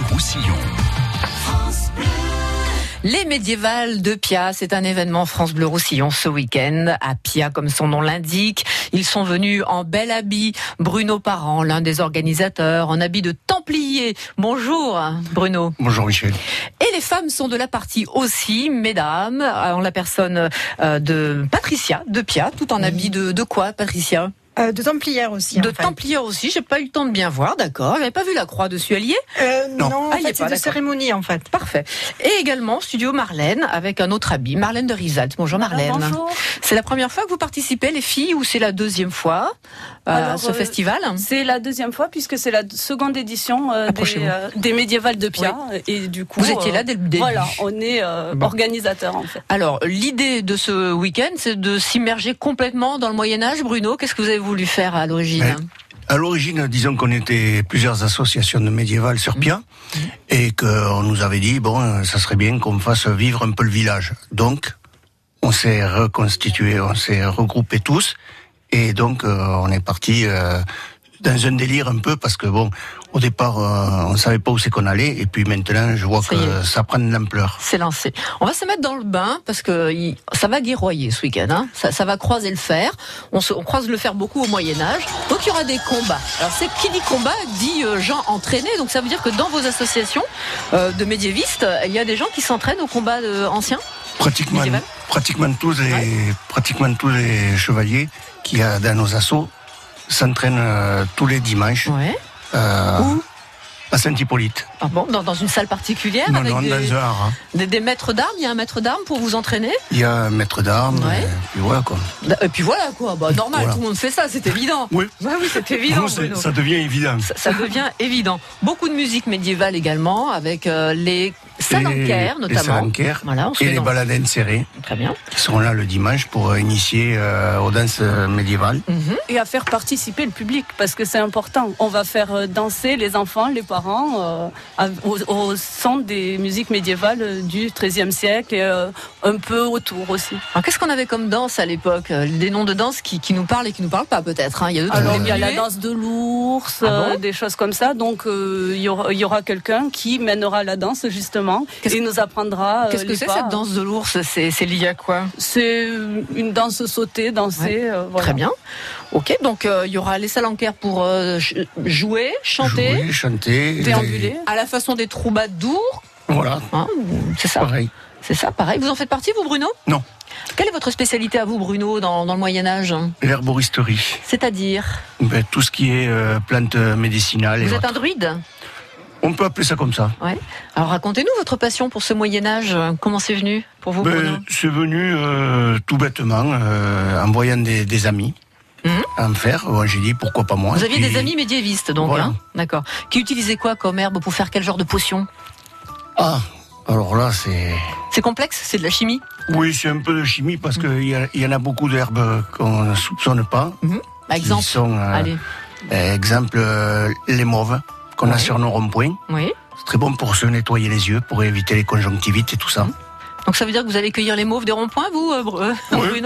Roussillon. Les médiévales de Pia, c'est un événement France Bleu Roussillon ce week-end. À Pia, comme son nom l'indique, ils sont venus en bel habit. Bruno Parent, l'un des organisateurs, en habit de Templier. Bonjour Bruno. Bonjour Michel. Et les femmes sont de la partie aussi, mesdames, en la personne de Patricia de Pia, tout en habit de quoi Patricia ? De Templière aussi. De Templière aussi, j'ai pas eu le temps de bien voir, d'accord. J'avais pas vu la croix dessus, elle y est ? Non, en fait, c'est de cérémonie, en fait. Parfait. Et également, studio Marlène, avec un autre habit. Marlène de Rizalt. Bonjour Marlène. Bonjour. C'est la première fois que vous participez, les filles, ou c'est la deuxième fois à ce festival ? C'est la deuxième fois, puisque c'est la seconde édition des médiévales de Pia. Oui. Et du coup, vous étiez là dès le début. Voilà, on est organisateurs, en fait. Alors, l'idée de ce week-end, c'est de s'immerger complètement dans le Moyen-Âge. Bruno, qu'est-ce que vous avez voulu faire à l'origine ? À l'origine, disons qu'on était plusieurs associations de médiévales sur Pia et qu'on nous avait dit, ça serait bien qu'on fasse vivre un peu le village. Donc, on s'est reconstitué, on s'est regroupés tous et donc on est parti dans un délire un peu parce que au départ, on savait pas où c'est qu'on allait et puis maintenant, je vois que ça prend de l'ampleur. C'est lancé. On va se mettre dans le bain parce que ça va guerroyer ce week-end. Hein. Ça va croiser le fer. On croise le fer beaucoup au Moyen-Âge. Donc il y aura des combats. Alors qui dit combat dit gens entraînés. Donc ça veut dire que dans vos associations de médiévistes, il y a des gens qui s'entraînent aux combats anciens. Pratiquement tous les chevaliers qu'il y a dans nos assos s'entraînent tous les dimanches. Ouais. Où ? À Saint-Hippolyte. Ah bon, dans une salle particulière Non, avec dans un haras. Des maîtres d'armes. Il y a un maître d'armes pour vous entraîner ? Il y a un maître d'armes, et puis voilà quoi. Et puis voilà quoi, normal, voilà. Tout le monde fait ça, c'est évident. Oui, c'est évident. Ça devient évident. Ça devient évident. Beaucoup de musique médiévale également, avec les salanquaires notamment. Les salanquaires et les baladins serrés. Très bien. Qui seront là le dimanche pour initier aux danses médiévales. Et à faire participer le public, parce que c'est important. On va faire danser les enfants, les parents, au son des musiques médiévales du XIIIe siècle et un peu autour aussi. Alors qu'est-ce qu'on avait comme danse à l'époque ? Des noms de danse qui nous parlent et qui nous parlent pas peut-être. Hein. Il y a la danse de l'ours, des choses comme ça. Donc il y aura quelqu'un qui mènera la danse justement et nous apprendra. Qu'est-ce que c'est cette danse de l'ours ? C'est lié à quoi ? C'est une danse sautée, danser. Voilà. Très bien. Ok, donc il y aura les salanquaires pour jouer, chanter, déambuler. À la façon des troubadours. Voilà. Hein, c'est ça. Pareil. C'est ça, pareil. Vous en faites partie, vous, Bruno ? Non. Quelle est votre spécialité à vous, Bruno, dans le Moyen-Âge ? L'herboristerie. C'est-à-dire ? Tout ce qui est plantes médicinales. Vous êtes un druide ? On peut appeler ça comme ça. Ouais. Alors racontez-nous votre passion pour ce Moyen-Âge. Comment c'est venu pour vous, Bruno ? C'est venu tout bêtement, en voyant des amis. À me faire, j'ai dit pourquoi pas moi. Vous aviez des amis médiévistes donc, voilà. Hein ? D'accord. Qui utilisaient quoi comme herbe pour faire quel genre de potion ? Alors là c'est... C'est complexe, c'est de la chimie ? Oui, c'est un peu de chimie parce qu'il y en a beaucoup d'herbes qu'on ne soupçonne pas. Exemple, allez. Exemple, les mauves qu'on a sur nos ronds-points. Oui. C'est très bon pour se nettoyer les yeux, pour éviter les conjonctivites et tout ça. Donc ça veut dire que vous allez cueillir les mauves des ronds-points, vous, Bruno ?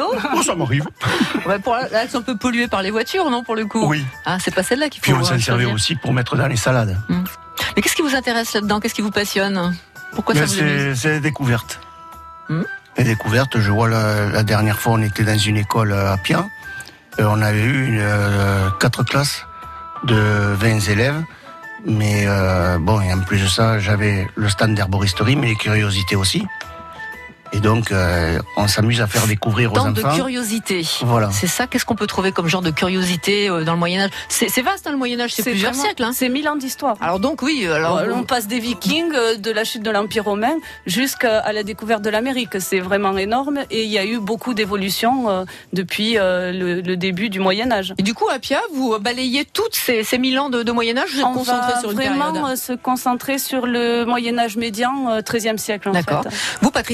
Ça m'arrive. Là, elles sont un peu polluées par les voitures, non, pour le coup ? Oui. Ah, c'est pas celle-là qu'il faut choisir. Puis on s'en servait aussi pour mettre dans les salades. Mais qu'est-ce qui vous intéresse là-dedans ? Qu'est-ce qui vous passionne ? Pourquoi ça vous amuse ? C'est les découvertes. Les découvertes, je vois la dernière fois, on était dans une école à Pia. On avait eu 4 classes de 20 élèves. Mais et en plus de ça, j'avais le stand d'herboristerie, mais les curiosités aussi. Et donc, on s'amuse à faire découvrir aux enfants. De curiosité. Voilà. C'est ça. Qu'est-ce qu'on peut trouver comme genre de curiosité dans le Moyen-Âge ? C'est vaste, hein, le Moyen-Âge, c'est plusieurs siècles. Hein. C'est 1000 ans d'histoire. Alors donc, oui. On passe des Vikings, de la chute de l'Empire romain, jusqu'à la découverte de l'Amérique. C'est vraiment énorme. Et il y a eu beaucoup d'évolutions depuis le début du Moyen-Âge. Et du coup, à Pia, vous balayez toutes ces 1000 ans de Moyen-Âge, vous êtes concentré sur une période ? On va vraiment se concentrer sur le Moyen-Âge médian, 13e siècle. D'accord. Fait. Vous, Patricia, qu'est-ce qui vous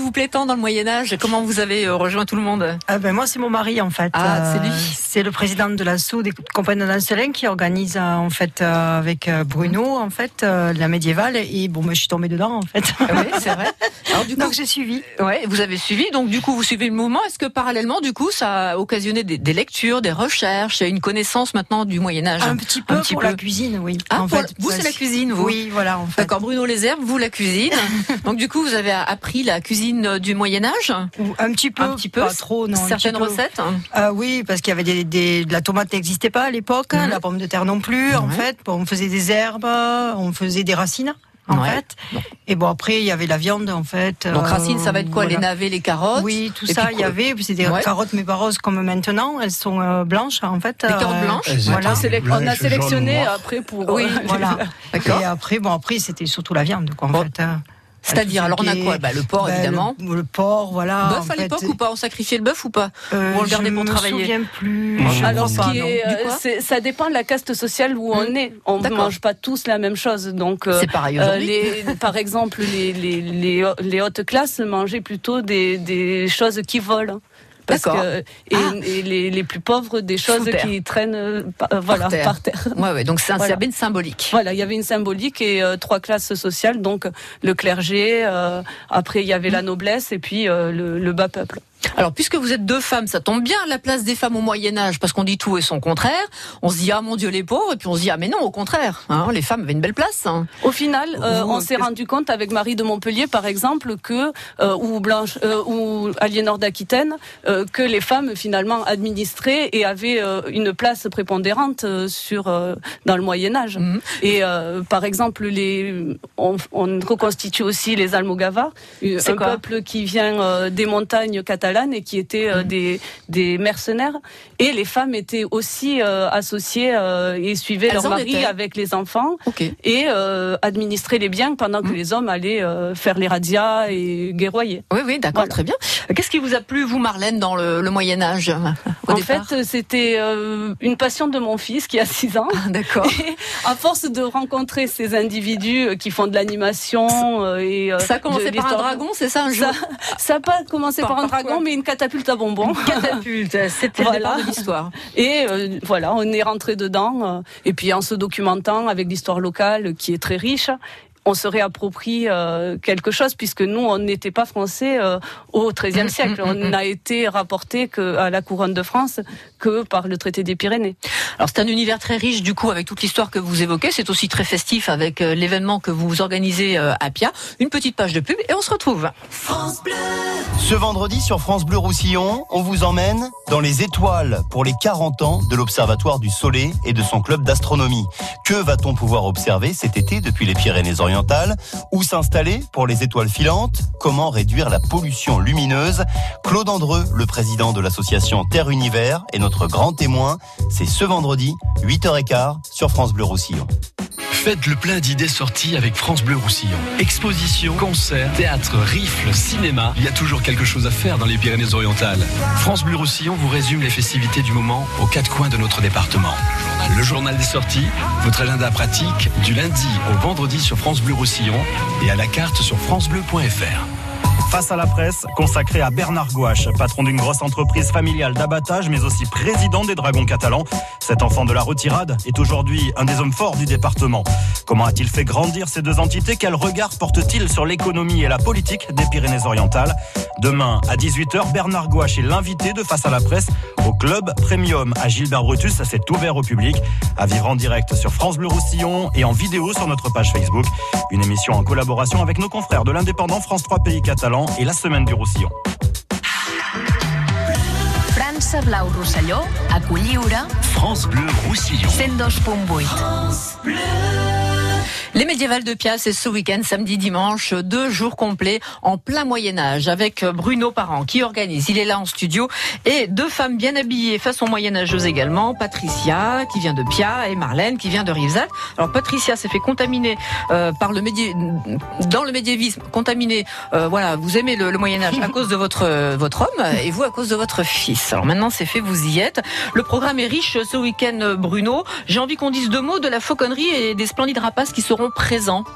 vous plaît tant dans le Moyen-Âge? Comment vous avez rejoint tout le monde? Moi, c'est mon mari, en fait. Ah, c'est lui. C'est le président de l'assaut des compagnies de Danselin qui organise, en fait, avec Bruno, en fait, la médiévale. Et bon, moi, je suis tombée dedans, en fait. Oui, c'est vrai. Alors, du coup, donc, j'ai suivi. Ouais, vous avez suivi. Donc, du coup, vous suivez le mouvement. Est-ce que parallèlement, du coup, ça a occasionné des lectures, des recherches, une connaissance maintenant du Moyen-Âge? Un petit peu pour la cuisine, oui. Ah, en fait, vous, c'est la cuisine, vous? Oui, voilà, en fait. D'accord, Bruno Les Herbes, vous, la cuisine. Donc, du coup, vous avez appris la cuisine du Moyen-Âge? Un petit peu, pas trop, non. Certaines recettes? Oui, parce qu'il y avait de la tomate n'existait pas à l'époque, la pomme de terre non plus, en fait. On faisait des herbes, on faisait des racines. En fait. Et bon, après, il y avait la viande, en fait. Donc, racines, ça va être quoi? Voilà. Les navets, les carottes? Oui, tout ça, il y avait. C'est des carottes, mais pas roses comme maintenant. Elles sont blanches, en fait. Les carottes blanches? Voilà. On a sélectionné après pour... Oui, voilà. D'accord. Et après, c'était surtout la viande, quoi, en fait. C'est-à-dire, alors on a quoi? Le porc, évidemment. Le porc, voilà. Bœuf à l'époque ou pas? On sacrifiait le bœuf ou pas? Ou on le gardait pour travailler? Je me souviens plus. Alors, ça dépend de la caste sociale où on est. On ne mange pas tous la même chose. Donc, c'est pareil aujourd'hui. Par exemple, les hautes classes mangeaient plutôt des choses qui volent. D'accord. Et les plus pauvres, des choses qui traînent par terre. Ouais, donc il y avait une symbolique. Voilà, il y avait une symbolique et 3 classes sociales, donc le clergé, après il y avait la noblesse et puis le bas peuple. Alors, puisque vous êtes 2 femmes, ça tombe bien, la place des femmes au Moyen-Âge, parce qu'on dit tout et son contraire. On se dit, ah mon Dieu, les pauvres, et puis on se dit, ah mais non, au contraire, les femmes avaient une belle place. Au final, on s'est rendu compte avec Marie de Montpellier, par exemple, que ou Aliénor d'Aquitaine, que les femmes finalement administraient et avaient une place prépondérante dans le Moyen-Âge. Et par exemple, on reconstitue aussi les Almogavars, un peuple qui vient des montagnes catalanes et qui étaient des mercenaires. Et les femmes étaient aussi associées et suivaient leur mari avec les enfants et administraient les biens pendant que les hommes allaient faire les razzias et guerroyer. Oui, d'accord, très bien. Qu'est-ce qui vous a plu, vous, Marlène, dans le Moyen-Âge En fait, c'était une passion de mon fils qui a 6 ans. Ah, d'accord. Et à force de rencontrer ces individus qui font de l'animation ça a commencé par un dragon, c'est ça, un jour? Ça n'a pas commencé par un dragon, mais une catapulte à bonbons. Catapulte, c'était le départ de l'histoire. Et on est rentré dedans. Et puis en se documentant avec l'histoire locale qui est très riche, on se réapproprie quelque chose, puisque nous, on n'était pas français au XIIIe siècle. On n'a été rapporté à la couronne de France que par le traité des Pyrénées. Alors c'est un univers très riche, du coup, avec toute l'histoire que vous évoquez. C'est aussi très festif avec l'événement que vous organisez à Pia. Une petite page de pub et on se retrouve. France Bleu. Ce vendredi sur France Bleu Roussillon, on vous emmène dans les étoiles pour les 40 ans de l'Observatoire du Soleil et de son club d'astronomie. Que va-t-on pouvoir observer cet été depuis les Pyrénées-Orientales? Où s'installer pour les étoiles filantes? Comment réduire la pollution lumineuse? Claude Andreu, le président de l'association Terre Univers, est notre grand témoin. C'est ce vendredi, 8h15 sur France Bleu Roussillon. Faites le plein d'idées sorties avec France Bleu Roussillon. Expositions, concerts, théâtre, rifles, cinéma. Il y a toujours quelque chose à faire dans les Pyrénées-Orientales. France Bleu Roussillon vous résume les festivités du moment aux 4 coins de notre département. Le journal des sorties, votre agenda pratique du lundi au vendredi sur France Bleu Roussillon et à la carte sur francebleu.fr. Face à la presse, consacré à Bernard Gouache, patron d'une grosse entreprise familiale d'abattage, mais aussi président des Dragons catalans. Cet enfant de la retirade est aujourd'hui un des hommes forts du département. Comment a-t-il fait grandir ces 2 entités? Quel regard porte-t-il sur l'économie et la politique des Pyrénées-Orientales? Demain, à 18h, Bernard Gouache est l'invité de Face à la presse au Club Premium à Gilbert Brutus. C'est ouvert au public, à vivre en direct sur France Bleu Roussillon et en vidéo sur notre page Facebook. Une émission en collaboration avec nos confrères de l'Indépendant, France 3 Pays Catalans et la Semaine du Roussillon. France Blau Rosselló, a Culliure, France Bleu Roussillon. 102.8. France Bleu. Les médiévales de Pia, c'est ce week-end, samedi, dimanche, 2 jours complets en plein Moyen-Âge avec Bruno Parent qui organise. Il est là en studio et 2 femmes bien habillées façon moyenâgeuse également. Patricia qui vient de Pia et Marlène qui vient de Rivesaltes. Alors Patricia s'est fait contaminer dans le médiévisme, contaminer. Voilà, vous aimez le Moyen-Âge à cause de votre homme et vous à cause de votre fils. Alors maintenant c'est fait, vous y êtes. Le programme est riche ce week-end, Bruno. J'ai envie qu'on dise 2 mots de la fauconnerie et des splendides rapaces qui seront présents.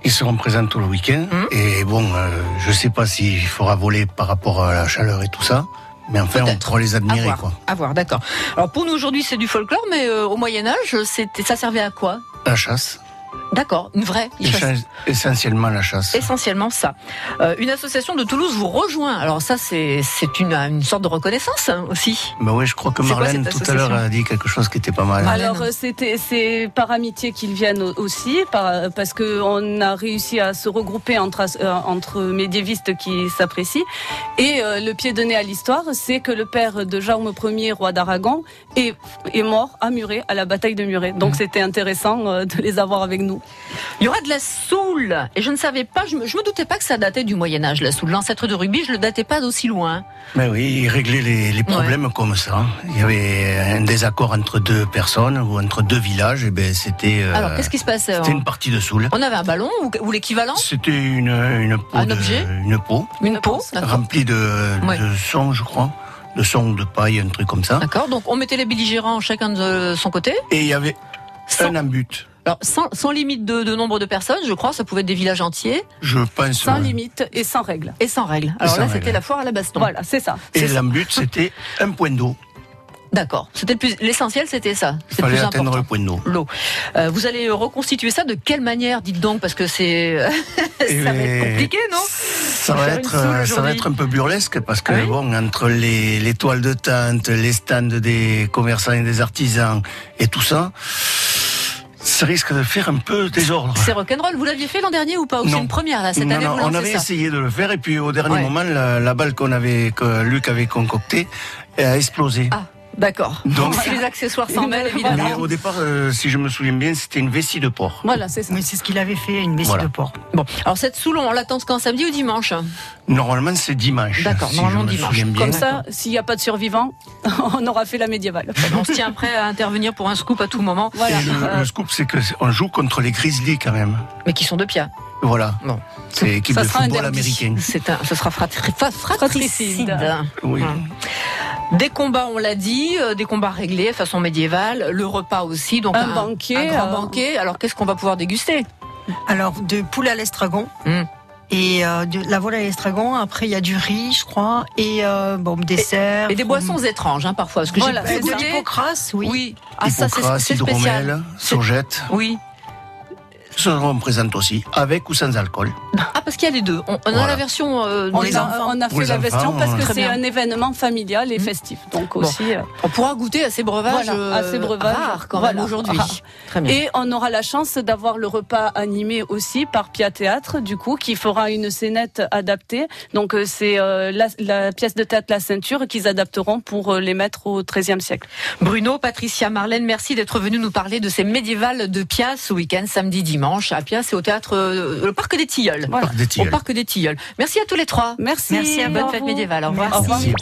Ils seront présents tout le week-end. Et bon, je ne sais pas s'il fera voler par rapport à la chaleur et tout ça. Mais enfin, on pourra les admirer, quoi. À voir, d'accord. Alors pour nous aujourd'hui, c'est du folklore, mais au Moyen-Âge, ça servait à quoi? La chasse. D'accord, une vraie. Essentiellement la chasse. Essentiellement ça. Une association de Toulouse vous rejoint. Alors ça, c'est une sorte de reconnaissance aussi. Ben oui, je crois que Marlène tout à l'heure a dit quelque chose qui était pas mal. Alors c'est par amitié qu'ils viennent aussi, parce que on a réussi à se regrouper entre médiévistes qui s'apprécient. Et le pied de nez à l'histoire, c'est que le père de Jaume Ier, roi d'Aragon, est mort à Muret, à la bataille de Muret. Donc c'était intéressant de les avoir avec nous. Il y aura de la soule. Et je ne savais pas, je me doutais pas que ça datait du Moyen-Âge, la soule. L'ancêtre de rugby, je le datais pas d'aussi loin. Mais oui, il réglait les problèmes comme ça. Il y avait un désaccord entre deux personnes ou entre deux villages. Et ben c'était. Alors qu'est-ce qui se passait? C'était une partie de soule. On avait un ballon ou l'équivalent? C'était une peau. Un objet? Une peau. Une peau, remplie de son, je crois. De son ou de paille, un truc comme ça. D'accord, donc on mettait les belligérants chacun de son côté. Et il y avait un embut. Alors, sans limite de nombre de personnes, je crois, ça pouvait être des villages entiers. Je pense. Sans limite et sans règle. Et sans règle. Alors là, c'était la foire à la baston. Voilà, c'est ça. Et l'embut, c'était un point d'eau. D'accord. L'essentiel, c'était ça. Il fallait atteindre le point d'eau. L'eau. Vous allez reconstituer ça de quelle manière, dites donc, parce que ça va être compliqué, non? Ça va être un peu burlesque parce que bon, entre les toiles de tente, les stands des commerçants et des artisans et tout ça. Ça risque de faire un peu désordre. C'est rock'n'roll. Vous l'aviez fait l'an dernier ou pas? Ou c'est une première là cette année? Non, on avait essayé de le faire et puis au dernier moment, la balle que Luc avait concoctée a explosé. Ah, d'accord. Donc les accessoires s'en mêlent évidemment. Mais au départ, si je me souviens bien, c'était une vessie de porc. Voilà, c'est ça. Oui, c'est ce qu'il avait fait, une vessie de porc. Bon, alors cette soule, on l'attend quand, samedi ou dimanche? Normalement, c'est dimanche. D'accord, normalement dimanche. Comme ça, s'il n'y a pas de survivants, on aura fait la médiévale. On se tient prêt à intervenir pour un scoop à tout moment. Voilà. Et le scoop, c'est qu'on joue contre les Grizzlies quand même. Mais qui sont de Pia. Voilà. Bon. C'est l'équipe de football américaine. Ce sera fratricide. Oui. Des combats, on l'a dit, des combats réglés, façon médiévale, le repas aussi, donc un grand banquet. Alors qu'est-ce qu'on va pouvoir déguster? Alors de poulet à l'estragon. Et de la volaille à l'estragon. Après, il y a du riz, je crois, et dessert. Et des boissons étranges, parfois. Parce que j'ai goûté l'hypocrase, oui. Ah, ça, c'est spécial. Surgette. Oui. seront présentes aussi, avec ou sans alcool. Ah, parce qu'il y a les deux. On a la version on a fait la version parce que c'est un événement familial et festif. Donc aussi, on pourra goûter à ces breuvages, rares quand même aujourd'hui. Très bien. Et on aura la chance d'avoir le repas animé aussi par Pia Théâtre, du coup, qui fera une scénette adaptée. Donc c'est la pièce de théâtre La Ceinture qu'ils adapteront pour les mettre au XIIIe siècle. Bruno, Patricia, Marlène, merci d'être venus nous parler de ces médiévales de Pia ce week-end, samedi, dimanche. À Pia, c'est au théâtre, le Parc des Tilleuls. Voilà. Au Parc des Tilleuls. Merci à tous les trois. Merci à vous. Bonne fête médiévale. Au revoir. Merci.